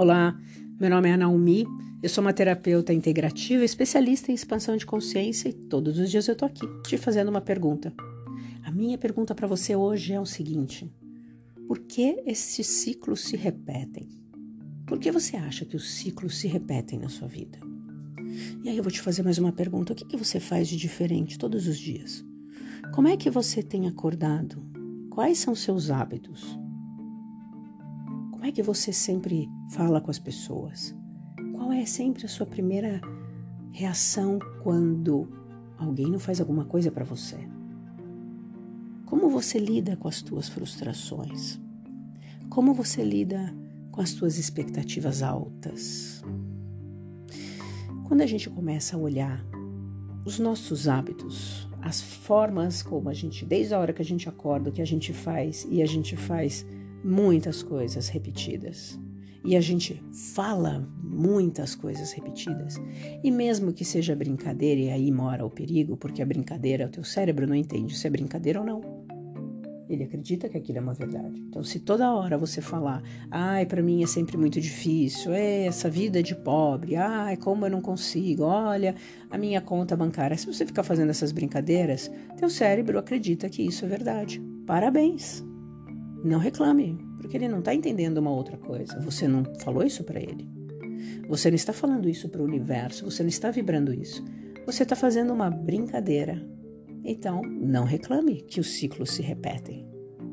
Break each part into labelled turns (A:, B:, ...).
A: Olá, meu nome é Naomi, eu sou uma terapeuta integrativa, especialista em expansão de consciência e todos os dias eu tô aqui te fazendo uma pergunta. A minha pergunta para você hoje é o seguinte: por que esses ciclos se repetem? Por que você acha que os ciclos se repetem na sua vida? E aí eu vou te fazer mais uma pergunta: o que você faz de diferente todos os dias? Como é que você tem acordado? Quais são seus hábitos? Como é que você sempre fala com as pessoas? Qual é sempre a sua primeira reação quando alguém não faz alguma coisa para você? Como você lida com as tuas frustrações? Como você lida com as tuas expectativas altas? Quando a gente começa a olhar os nossos hábitos, as formas como a gente, desde a hora que a gente acorda, o que a gente faz, e a gente faz muitas coisas repetidas, e a gente fala muitas coisas repetidas, e mesmo que seja brincadeira, e aí mora o perigo, porque a brincadeira, o teu cérebro não entende se é brincadeira ou não. Ele acredita que aquilo é uma verdade. Então, se toda hora você falar, ai, para mim é sempre muito difícil, essa vida de pobre, ai, como eu não consigo, olha, a minha conta bancária. Se você ficar fazendo essas brincadeiras, teu cérebro acredita que isso é verdade. Parabéns. Não reclame, porque ele não está entendendo uma outra coisa. Você não falou isso para ele. Você não está falando isso para o universo, você não está vibrando isso. Você está fazendo uma brincadeira. Então, não reclame que os ciclos se repetem.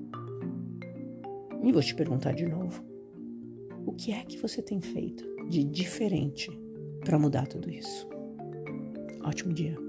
A: E vou te perguntar de novo. O que é que você tem feito de diferente para mudar tudo isso? Ótimo dia.